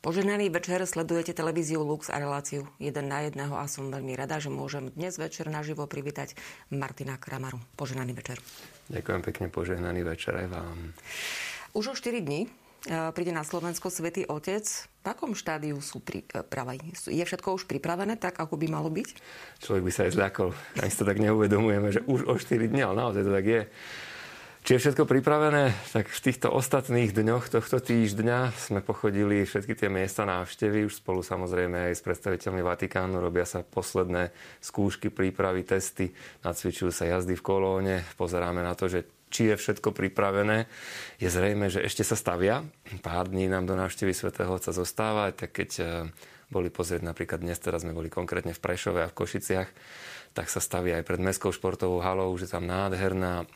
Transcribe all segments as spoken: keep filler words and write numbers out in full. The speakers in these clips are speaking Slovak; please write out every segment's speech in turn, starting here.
Požehnaný večer, sledujete televíziu Lux a reláciu jeden na jedného a som veľmi rada, že môžem dnes večer naživo privítať Martina Kramaru. Požehnaný večer. Ďakujem pekne, požehnaný večer aj vám. Už o štyri dní príde na Slovensko Svätý Otec. V akom štádiu sú prípravy? Je všetko už pripravené tak, ako by malo byť? Človek by sa aj zľakol. Ani si to tak neuvedomujeme, že už o štyri dní, ale naozaj to tak je. Či je všetko pripravené, tak v týchto ostatných dňoch tohto týždňa sme pochodili všetky tie miesta návštevy, už spolu samozrejme aj s predstaviteľmi Vatikánu, robia sa posledné skúšky, prípravy, testy, nacvičujú sa jazdy v kolóne, pozeráme na to, že či je všetko pripravené. Je zrejme, že ešte sa stavia. Pár dní nám do návštevy svätého Otca zostáva, tak keď boli pozrieť napríklad dnes, teraz sme boli konkrétne v Prešove a v Košiciach, tak sa stavia aj pred mestskou športovou halou, už je tam nádherná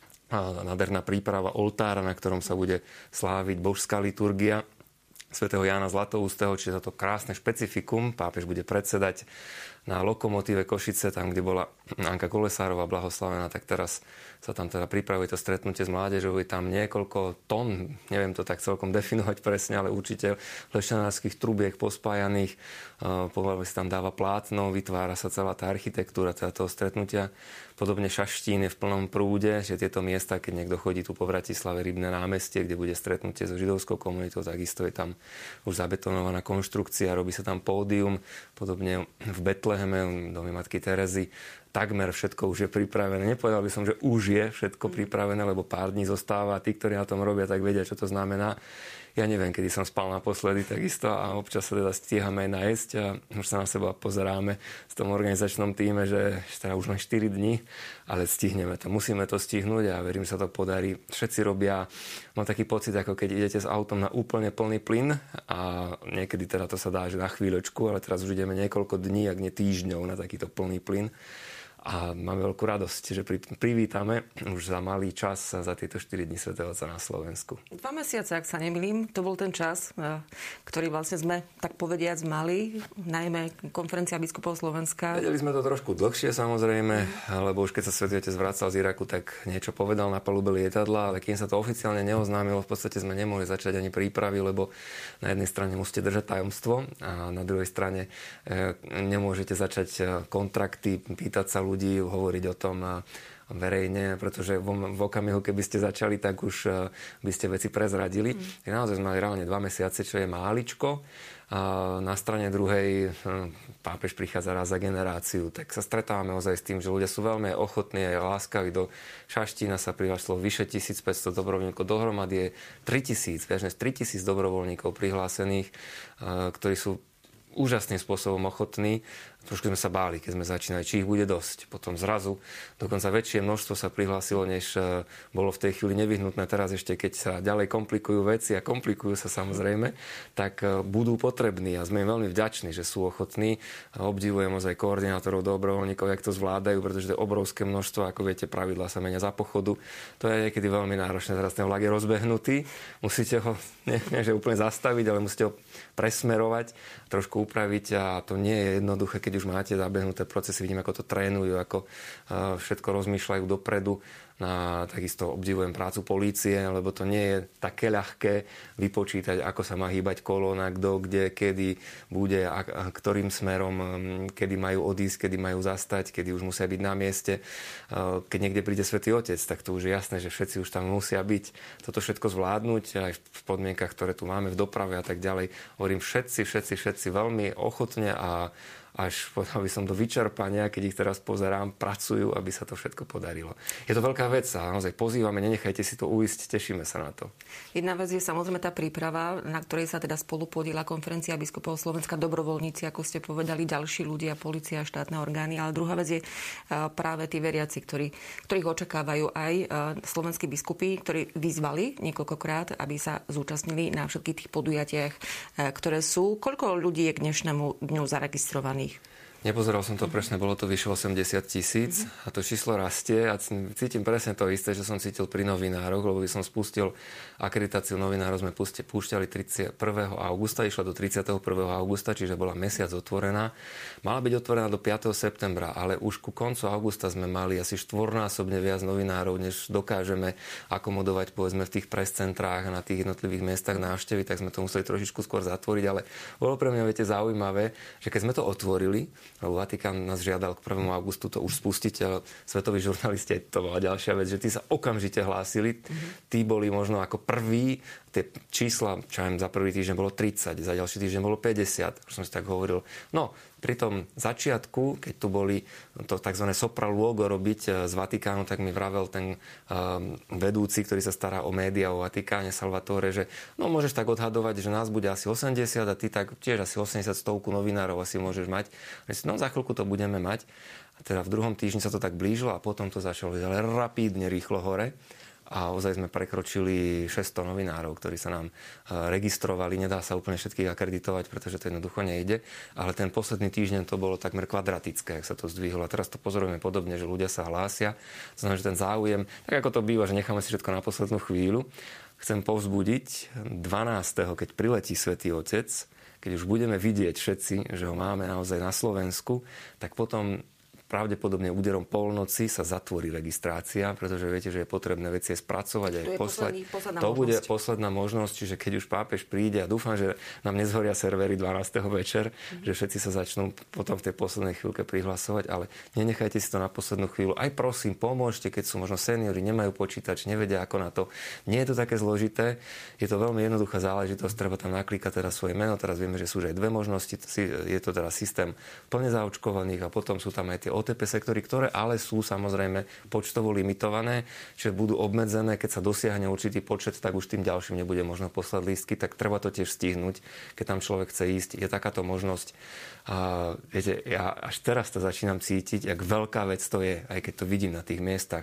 nádherná príprava oltára, na ktorom sa bude sláviť božská liturgia svätého Jána Zlatoústeho, čiže toto krásne špecifikum. Pápež bude predsedať na Lokomotíve Košice, tam, kde bola Anka Kolesárová blahoslavená, tak teraz sa tam teda pripravuje to stretnutie s mládežou. Je tam niekoľko tón, neviem to tak celkom definovať presne, ale určite lešťanárskych trubiek pospájaných. Pomaly sa tam dáva plátno, vytvára sa celá tá architektúra teda toho stretnutia. Podobne Šaštín je v plnom prúde, že tieto miesta, keď niekto chodí tu po Bratislave, Rybné námestie, kde bude stretnutie so židovskou komunitou, takisto je tam už zabetonovaná konštrukcia, robí sa tam pódium, podobne v Betleheme, domy matky Terezy. Takmer všetko už je pripravené. Nepovedal by som, že už je všetko pripravené, lebo pár dní zostáva. Tí, ktorí na tom robia, tak vedia, čo to znamená. Ja neviem, kedy som spal naposledy takisto a občas sa teda stíhame aj nájsť a už sa na seba pozeráme v tom organizačnom týme, že teda už len štyri dni, ale stihneme to. Musíme to stihnúť a verím, že sa to podarí. Všetci robia, mám taký pocit, ako keď idete s autom na úplne plný plyn a niekedy teda to sa dá, že na chvíľočku, ale teraz už ideme niekoľko dní, ak nie týždňov na takýto plný plyn. A máme veľkú radosť, že privítame už za malý čas za tieto štyri dni svätého Otca na Slovensku. Dva mesiace, ak sa nemýlim, to bol ten čas, ktorý vlastne sme, tak povediac, mali, najmä konferencia biskupov Slovenska. Vedeli sme to trošku dlhšie, samozrejme, lebo už keď sa Svätý Otec vracal z Iraku, tak niečo povedal na palube lietadla, ale kým sa to oficiálne neoznámilo, v podstate sme nemohli začať ani prípravy, lebo na jednej strane musíte držať tajomstvo a na druhej strane nemôžete začať kontrakty, pýtať sa ľudí, ľudí, hovoriť o tom verejne, pretože v okamihu, keby ste začali, tak už by ste veci prezradili. Mm. Tak naozaj sme mali reálne dva mesiace, čo je máličko. A na strane druhej pápež prichádza raz za generáciu, tak sa stretávame ozaj s tým, že ľudia sú veľmi ochotní a láskaví. Do Šaštína sa prihlásilo vyše tisícpäťsto dobrovoľníkov, dohromady je tritisíc, viac než tritisíc dobrovoľníkov prihlásených, ktorí sú úžasným spôsobom ochotní. Trošku sme sa báli, keď sme začínali, či ich bude dosť. Potom zrazu dokonca väčšie množstvo sa prihlásilo, než bolo v tej chvíli nevyhnutné. Teraz ešte, keď sa ďalej komplikujú veci a komplikujú sa samozrejme, tak budú potrební a sme im veľmi vďační, že sú ochotní. Obdivujem ozaj koordinátorov, dobrovoľníkov, jak to zvládajú, pretože to je obrovské množstvo, ako viete, pravidlá sa menia za pochodu. To je niekedy veľmi náročné. Teraz ten vlak je rozbehnutý. Musíte ho nie, nie že úplne zastaviť, ale musíte ho presmerovať, trošku upraviť a to nie je jednoduché, keď už máte zabehnuté procesy, vidím, ako to trénujú, ako všetko rozmýšľajú dopredu. A takisto obdivujem prácu polície, lebo to nie je také ľahké vypočítať, ako sa má hýbať kolóna, kto, kde, kedy bude, a, a ktorým smerom, kedy majú odísť, kedy majú zastať, kedy už musia byť na mieste. Keď niekde príde Svätý Otec, tak to už je jasné, že všetci už tam musia byť. Toto všetko zvládnuť aj v podmienkach, ktoré tu máme v doprave a tak ďalej. Hovorím, všetci, všetci, všetci veľmi ochotne a až povedal by som do vyčerpania, keď ich teraz pozerám, pracujú, aby sa to všetko podarilo. Je to veľká vec a naozaj pozývame, nenechajte si to uísť, tešíme sa na to. Jedna vec je samozrejme tá príprava, na ktorej sa teda spolu podiela konferencia biskupov Slovenska, dobrovoľníci, ako ste povedali, ďalší ľudia, polícia, štátne orgány, ale druhá vec je práve tí veriaci, ktorí, ktorých očakávajú aj slovenskí biskupy, ktorí vyzvali niekoľkokrát, aby sa zúčastnili na všetkých tých podujatiach, ktoré sú. Koľko ľudí je k dnešnému dňu zaregistrovaných? Nepozeral som to presne, bolo to vyše osemdesiat tisíc a to číslo rastie a cítim presne to isté, že som cítil pri novinároch, lebo by som spustil akreditáciu novinárov, sme púšťali tridsiateho prvého augusta, išla do tridsiateho prvého augusta, čiže bola mesiac otvorená. Mala byť otvorená do piateho septembra, ale už ku koncu augusta sme mali asi štvornásobne viac novinárov, než dokážeme akomodovať povedzme v tých prescentrách a na tých jednotlivých miestach návštevy, tak sme to museli trošičku skôr zatvoriť, ale bolo pre mňa, viete, zaujímavé, že keď sme to otvorili, lebo Vatikán nás žiadal k prvého augustu to už spustiť, ale svetoví žurnalisti, to bola ďalšia vec, že tí sa okamžite hlásili. Mm-hmm. Tí boli možno ako prví, tie čísla, čo aj za prvý týždeň bolo tridsať, za ďalší týždeň bolo päťdesiat. Už som si tak hovoril. No, pri tom začiatku, keď tu boli to tzv. Sopra Luogo robiť z Vatikánu, tak mi vravel ten um, vedúci, ktorý sa stará o médiá o Vatikáne, Salvatore, že no môžeš tak odhadovať, že nás bude asi osemdesiat a ty tak tiež asi osemdesiat stovku novinárov asi môžeš mať. No za chvíľku to budeme mať. A teda v druhom týždni sa to tak blížilo a potom to začalo ale rapídne rýchlo hore. A ozaj sme prekročili šesťsto novinárov, ktorí sa nám registrovali. Nedá sa úplne všetkých akreditovať, pretože to jednoducho nejde. Ale ten posledný týždeň to bolo takmer kvadratické, ak sa to zdvihlo. A teraz to pozorujeme podobne, že ľudia sa hlásia. Znamená, že ten záujem, tak ako to býva, že necháme si všetko na poslednú chvíľu. Chcem povzbudiť dvanásteho keď priletí Svätý Otec, keď už budeme vidieť všetci, že ho máme naozaj na Slovensku, tak potom pravdepodobne úderom polnoci sa zatvorí registrácia, pretože viete, že je potrebné veci spracovať aj poslať. Posledný, to možnosť. bude posledná možnosť, čiže keď už pápež príde a dúfam, že nám nezhoria servery dvanásteho večer, mm. že všetci sa začnú potom v tej poslednej chvíľke prihlasovať, ale nenechajte si to na poslednú chvíľu. Aj prosím, pomôžte, keď sú možno seniori, nemajú počítač, nevedia ako na to. Nie je to také zložité, je to veľmi jednoduchá záležitosť, treba tam naklikať teda svoje meno, teraz vieme, že sú už aj dve možnosti, je to teda systém plne zaočkovaných a potom sú tam aj tie ó té pé sektory, ktoré ale sú samozrejme počtovo limitované, čiže budú obmedzené, keď sa dosiahne určitý počet, tak už tým ďalším nebude možno poslať lístky, tak treba to tiež stihnúť, keď tam človek chce ísť. Je takáto možnosť. A viete, ja až teraz to začínam cítiť, jak veľká vec to je, aj keď to vidím na tých miestach.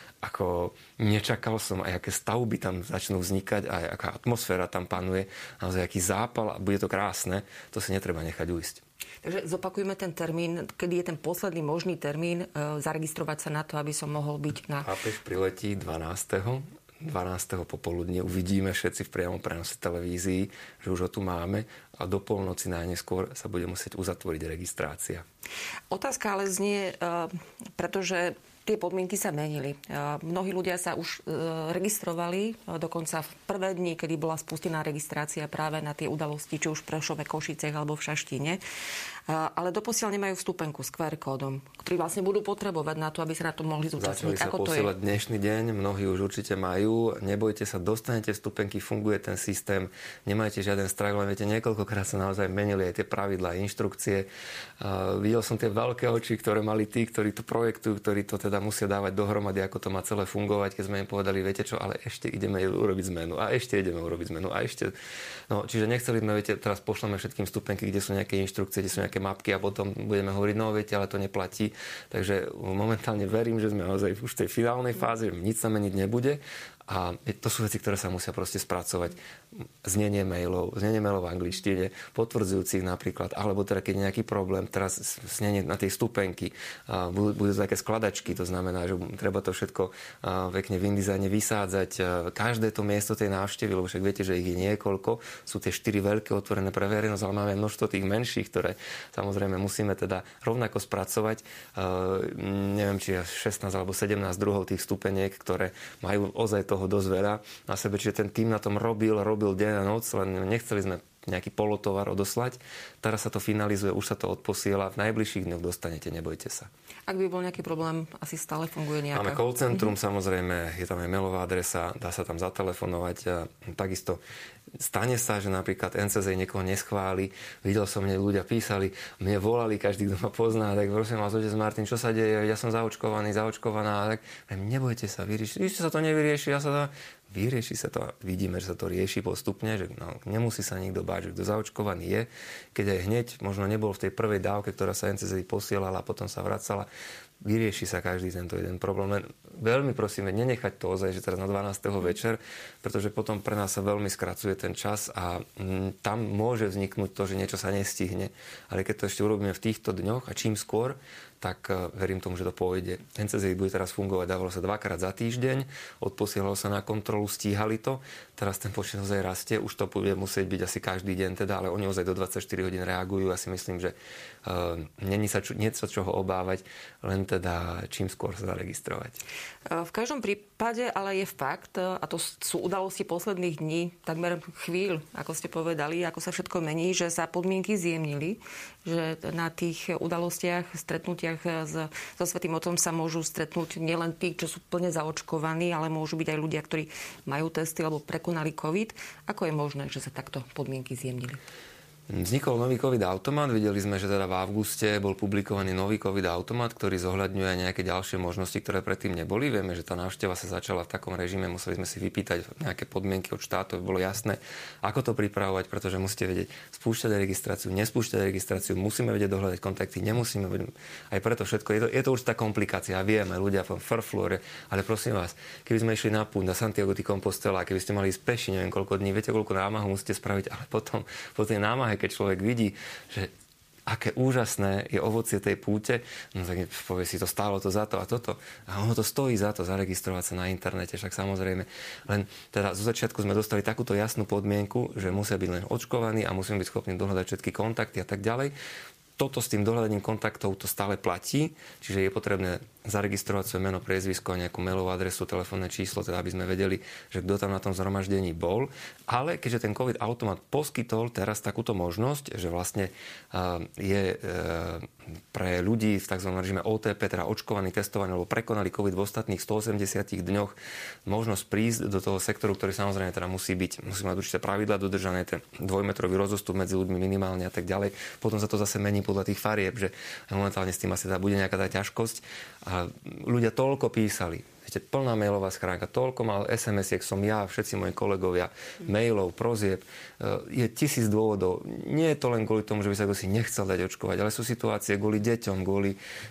Ako nečakal som, aj aké stavby tam začnú vznikať, aj aká atmosféra tam panuje, naozaj aký zápal a bude to krásne, to si netreba nechať ujsť. Takže zopakujme ten termín, kedy je ten posledný možný termín e, zaregistrovať sa na to, aby som mohol byť na... Pápež priletí dvanásteho dvanásteho popoludne uvidíme všetci v priamom prenose televízii, že už ho tu máme a do polnoci najneskôr sa bude musieť uzatvoriť registrácia. Otázka ale znie, e, pretože tie podmienky sa menili. Mnohí ľudia sa už registrovali, dokonca v prvé dni, kedy bola spustená registrácia práve na tie udalosti, či už v Prešove, Košicech alebo v Šaštíne. Ale doposiaľ nemajú vstupenku s kú er kódom, ktorý vlastne budú potrebovať na to, aby sa na to mohli zúčastniť. Začali sa posielať dnešný deň, mnohí už určite majú. Nebojte sa, dostanete vstupenky, funguje ten systém, nemajte žiaden strach, len viete, niekoľkokrát sa naozaj menili aj tie pravidlá, inštrukcie. Uh, videl som tie veľké oči, ktoré mali tí, ktorí to projektujú, ktorí to teda musia dávať dohromady, ako to má celé fungovať, keď sme im povedali, viete čo, ale ešte ideme urobiť zmenu a ešte ideme urobiť zmenu a ešte. No, čiže nechceli sme, viete, teraz pošleme všetkým vstupenky, kde sú nejaké inštrukcie, kde sú nejaké mapky a potom budeme hovoriť, no viete, ale to neplatí. Takže momentálne verím, že sme naozaj už v tej finálnej fáze, že nič sa meniť nebude. A to sú veci, ktoré sa musia proste spracovať. Znenie mailov, znenie mailov v angličtine, potvrdzujúcich napríklad, alebo teda keď je nejaký problém, teraz znenie na tej stupenky, budú, budú také skladačky, to znamená, že treba to všetko pekne v InDesigne vysádzať. Každé to miesto tej návštevy, lebo však viete, že ich je niekoľko, sú tie štyri veľké otvorené pre verejnosť, ale máme množstvo tých menších, ktoré samozrejme musíme teda rovnako spracovať. Neviem, či je šestnásť alebo sedemnásť druhov tých stupeniek, ktoré majú ozaj to toho dosť veľa na sebe, čiže ten tým na tom robil, robil deň a noc, len nechceli sme nejaký polotovar odoslať. Teraz sa to finalizuje, už sa to odposiela. V najbližších dňoch dostanete, nebojte sa. Ak by bol nejaký problém, asi stále funguje nejaká... Máme call centrum, mm-hmm. samozrejme, je tam aj mailová adresa, dá sa tam zatelefonovať. A takisto stane sa, že napríklad en cé zet niekoho neschváli. Videl som, mne ľudia písali, mne volali, každý, kto ma pozná, tak prosím vás, otec Martin, čo sa deje? Ja som zaočkovaný, zaočkovaná. Tak nebojte sa, vyrieši. Ešte sa to nevyrieši, ja sa to... Vyrieši sa to, vidíme, že sa to rieši postupne, že no, nemusí sa nikto báť, že kto zaočkovaný je, keď aj hneď možno nebol v tej prvej dávke, ktorá sa en cé zet posielala a potom sa vracala, vyrieši sa každý tento jeden problém. Len veľmi prosíme, nenechať to ozaj, že teraz na dvanásteho večer, pretože potom pre nás sa veľmi skracuje ten čas a mm, tam môže vzniknúť to, že niečo sa nestihne. Ale keď to ešte urobíme v týchto dňoch a čím skôr, tak uh, verím tomu, že to pôjde. en cé zet bude teraz fungovať, dávalo sa dvakrát za týždeň, odposielalo sa na kontrolu, stíhali to. Teraz ten počet ozaj rastie, už to bude musieť byť asi každý deň, teda, ale oni ozaj do dvadsaťštyri hodín reagujú. Ja si myslím, že uh, není sa čo, niečo čoho obávať, len teda čím skôr sa zaregistrovať. V každom prípade ale je fakt, a to sú udalosti posledných dní, takmer chvíľ, ako ste povedali, ako sa všetko mení, že sa podmienky zjemnili, že na tých udalostiach, stretnutiach s, so Svätým Otcom sa môžu stretnúť nielen tí, čo sú plne zaočkovaní, ale môžu byť aj ľudia, ktorí majú testy alebo prekonali COVID. Ako je možné, že sa takto podmienky zjemnili? Vznikol nový COVID-automat. Videli sme, že teda v auguste bol publikovaný nový COVID-automat, ktorý zohľadňuje aj nejaké ďalšie možnosti, ktoré predtým neboli. Vieme, že tá návšteva sa začala v takom režime, museli sme si vypýtať nejaké podmienky od štátu, bolo jasné, ako to pripravovať, pretože musíte vedieť spúšťať registráciu, nespúšťať registráciu, musíme vedieť dohľadať kontakty, nemusíme vedieť. Aj preto všetko, je to, je to určitá komplikácia. Vieme, ľudia v Farflore, ale prosím vás, keby sme išli na púť, na Santiago de Compostela, keby ste mali ísť peši, neviem koľko dní, viete, koľko námahu musíte spraviť, ale potom po tej námahe, keď človek vidí, že aké úžasné je ovocie tej púte, no tak povie si, to stálo to za to a toto. A ono to stojí za to zaregistrovať sa na internete, však samozrejme. Len teda zo začiatku sme dostali takúto jasnú podmienku, že musia byť len očkovaní a musíme byť schopní dohľadať všetky kontakty a tak ďalej. Toto s tým dohľadaním kontaktov to stále platí, čiže je potrebné zaregistrovať svoje meno, priezvisko a nejakú mailovú adresu, telefónne číslo, teda aby sme vedeli, že kto tam na tom zhromaždení bol. Ale keďže ten COVID-automat poskytol teraz takúto možnosť, že vlastne uh, je uh, pre ľudí v tzv. Režime ó té pé, teda očkovaní, testovaní alebo prekonali COVID v ostatných stoosemdesiatich dňoch, možnosť prísť do toho sektoru, ktorý samozrejme teda musí byť, musí mať určité pravidlá dodržané, ten dvojmetrový rozostup medzi ľuďmi minimálne a tak ďalej. Potom sa to zase mení podľa tých farieb, že momentálne s tým asi teda bude nejaká tá ťažkosť. A ľudia toľko písali. Viete, plná mailová schránka, toľko mal es em esiek som ja, všetci moji kolegovia, mailov, prozieb. Je tisíc dôvodov. Nie je to len kvôli tomu, že by sa kto si nechcel dať očkovať, ale sú situácie kvôli deťom, kvôli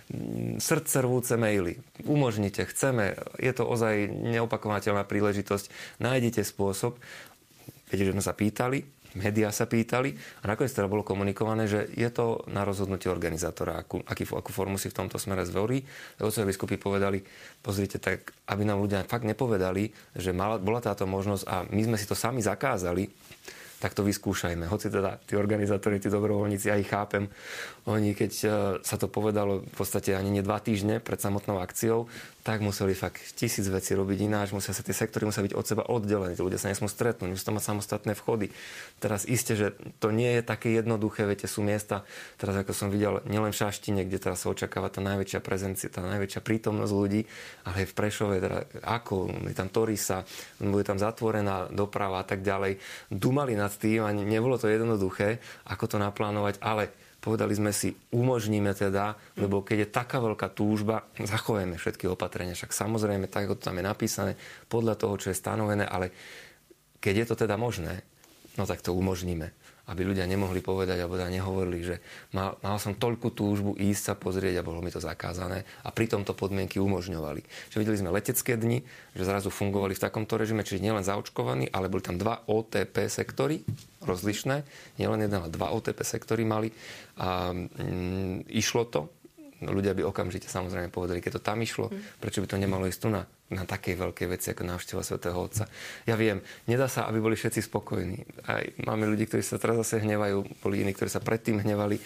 srdce rvúce maily. Umožnite, chceme. Je to ozaj neopakovateľná príležitosť. Nájdite spôsob. Viete, že sme sa pýtali, médiá sa pýtali a nakoniec teda bolo komunikované, že je to na rozhodnutie organizátora, akú, aký, akú formu si v tomto smere zvolí. Otcovia biskupy povedali, pozrite, tak aby nám ľudia fakt nepovedali, že mala, bola táto možnosť a my sme si to sami zakázali, tak to vyskúšajme. Hoci teda tí organizátori, tí dobrovoľníci, ja ich chápem, oni keď sa to povedalo v podstate ani nie dva týždne pred samotnou akciou, tak museli fakt tisíc vecí robiť ináč, musia sa tie sektory musia byť od seba oddelené, tí ľudia sa nesmú stretnúť, musí to mať samostatné vchody. Teraz iste, že to nie je také jednoduché, viete, sú miesta, teraz ako som videl, nielen v Šaštine, kde teraz sa očakáva tá najväčšia prezencia, tá najväčšia prítomnosť ľudí, ale aj v Prešove, teda ako, je tam Torisa, bude tam zatvorená doprava a tak ďalej. Dumali nad tým a nebolo to jednoduché, ako to naplánovať, ale povedali sme si, umožníme teda, lebo keď je taká veľká túžba, zachovajme všetky opatrenia. Však samozrejme, tak ako to tam je napísané, podľa toho, čo je stanovené, ale keď je to teda možné, no tak to umožníme. Aby ľudia nemohli povedať, alebo teda nehovorili, že mal, mal som toľkú túžbu ísť sa pozrieť a bolo mi to zakázané. A pritom to podmienky umožňovali. Že videli sme letecké dni, že zrazu fungovali v takomto režime, čiže nielen zaočkovaní, ale boli tam dva ó té pé sektory, rozlišné. Nielen jeden, ale dva ó té pé sektory mali. A mm, išlo to. No, ľudia by okamžite samozrejme povedali, keď to tam išlo, prečo by to nemalo ísť tu na, na takej veľkej veci ako návšteva Svätého Otca. Ja viem, nedá sa, aby boli všetci spokojní. Aj máme ľudí, ktorí sa teraz zase hnevajú, boli iní, ktorí sa predtým hnevali.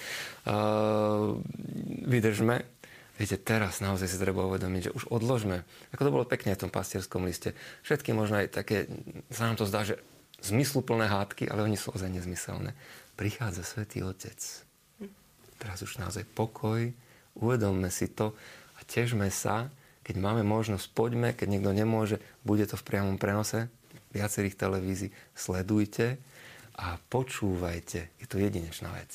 Uh, vydržme. Viete, teraz naozaj si treba uvedomiť, že už odložme. Ako to bolo pekne v tom pastierskom liste. Všetky možno aj také, sa nám to zdá, že zmysluplné hádky, ale oni sú ozaj nezmyselné. Prichádza Svätý Otec. Teraz už naozaj pokoj, uvedomme si to a težme sa, keď máme možnosť, poďme, keď niekto nemôže, bude to v priamom prenose viacerých televízií, sledujte a počúvajte. Je to jedinečná vec.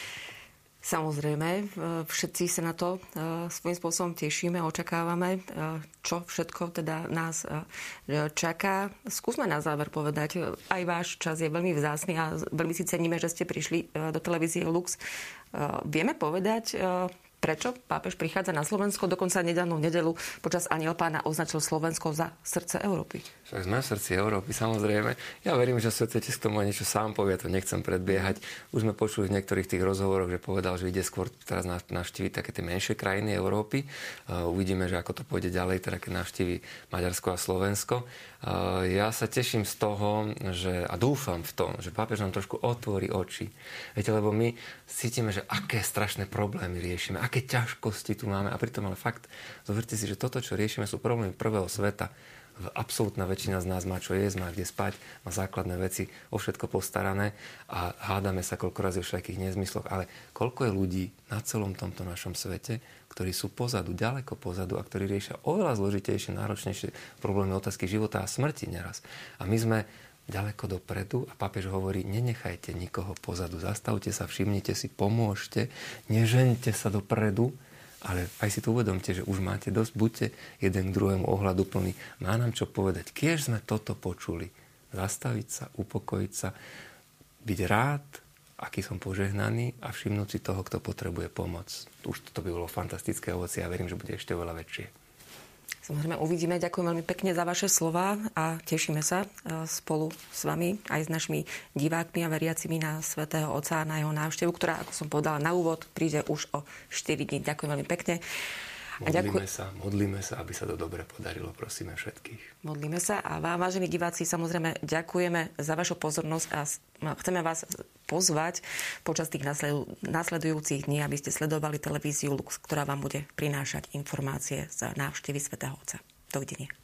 Samozrejme, všetci sa na to svojím spôsobom tešíme, očakávame, čo všetko teda nás čaká. Skúsme na záver povedať, aj váš čas je veľmi vzácny a veľmi si ceníme, že ste prišli do televízie Lux. Vieme povedať, prečo pápež prichádza na Slovensko. Dokonca nedávnu nedeľu počas Anjel Pána označil Slovensko za srdce Európy. Však sme v srdci Európy, samozrejme. Ja verím, že Svätý Otec k tomu niečo sám povie, to nechcem predbiehať. Už sme počuli v niektorých tých rozhovoroch, že povedal, že ide skôr teraz navštíviť také tie menšie krajiny Európy. Uh, uvidíme, že ako to pôjde ďalej, teda keď navštívi Maďarsko a Slovensko. Uh, ja sa teším z toho, že, a dúfam v tom, že pápež nám trošku otvorí oči. Viete, lebo my cítime, že aké strašné problémy riešime, aké ťažkosti tu máme a pritom ale fakt, zoberte si, že toto, čo riešime, sú problémy prvého sveta. Absolútna väčšina z nás má čo jesť, má kde spať, má základné veci, o všetko postarané a hádame sa koľko razy o všetkých nezmysloch, ale koľko je ľudí na celom tomto našom svete, ktorí sú pozadu, ďaleko pozadu a ktorí riešia oveľa zložitejšie, náročnejšie problémy, otázky života a smrti neraz. A my sme ďaleko dopredu a pápež hovorí, nenechajte nikoho pozadu, zastavte sa, všimnite si, pomôžte, nežeňte sa dopredu, ale aj si to uvedomte, že už máte dosť, buďte jeden k druhému ohľaduplný. Má nám čo povedať, kiež sme toto počuli. Zastaviť sa, upokojiť sa, byť rád, aký som požehnaný a všimnúť si toho, kto potrebuje pomoc. Už toto by bolo fantastické ovocie a verím, že bude ešte oveľa väčšie. Samozrejme uvidíme. Ďakujem veľmi pekne za vaše slová a tešíme sa spolu s vami aj s našimi divákmi a veriacimi na Svätého Otca a na jeho návštevu, ktorá, ako som povedala na úvod, príde už o štyri dní. Ďakujem veľmi pekne. Modlíme sa, modlíme sa, aby sa to dobre podarilo, prosíme všetkých. Modlíme sa a vám, vážení diváci, samozrejme ďakujeme za vašu pozornosť a chceme vás pozvať počas tých nasledujúcich dní, aby ste sledovali televíziu Lux, ktorá vám bude prinášať informácie z návštevy Svätého Otca. Dovidenia.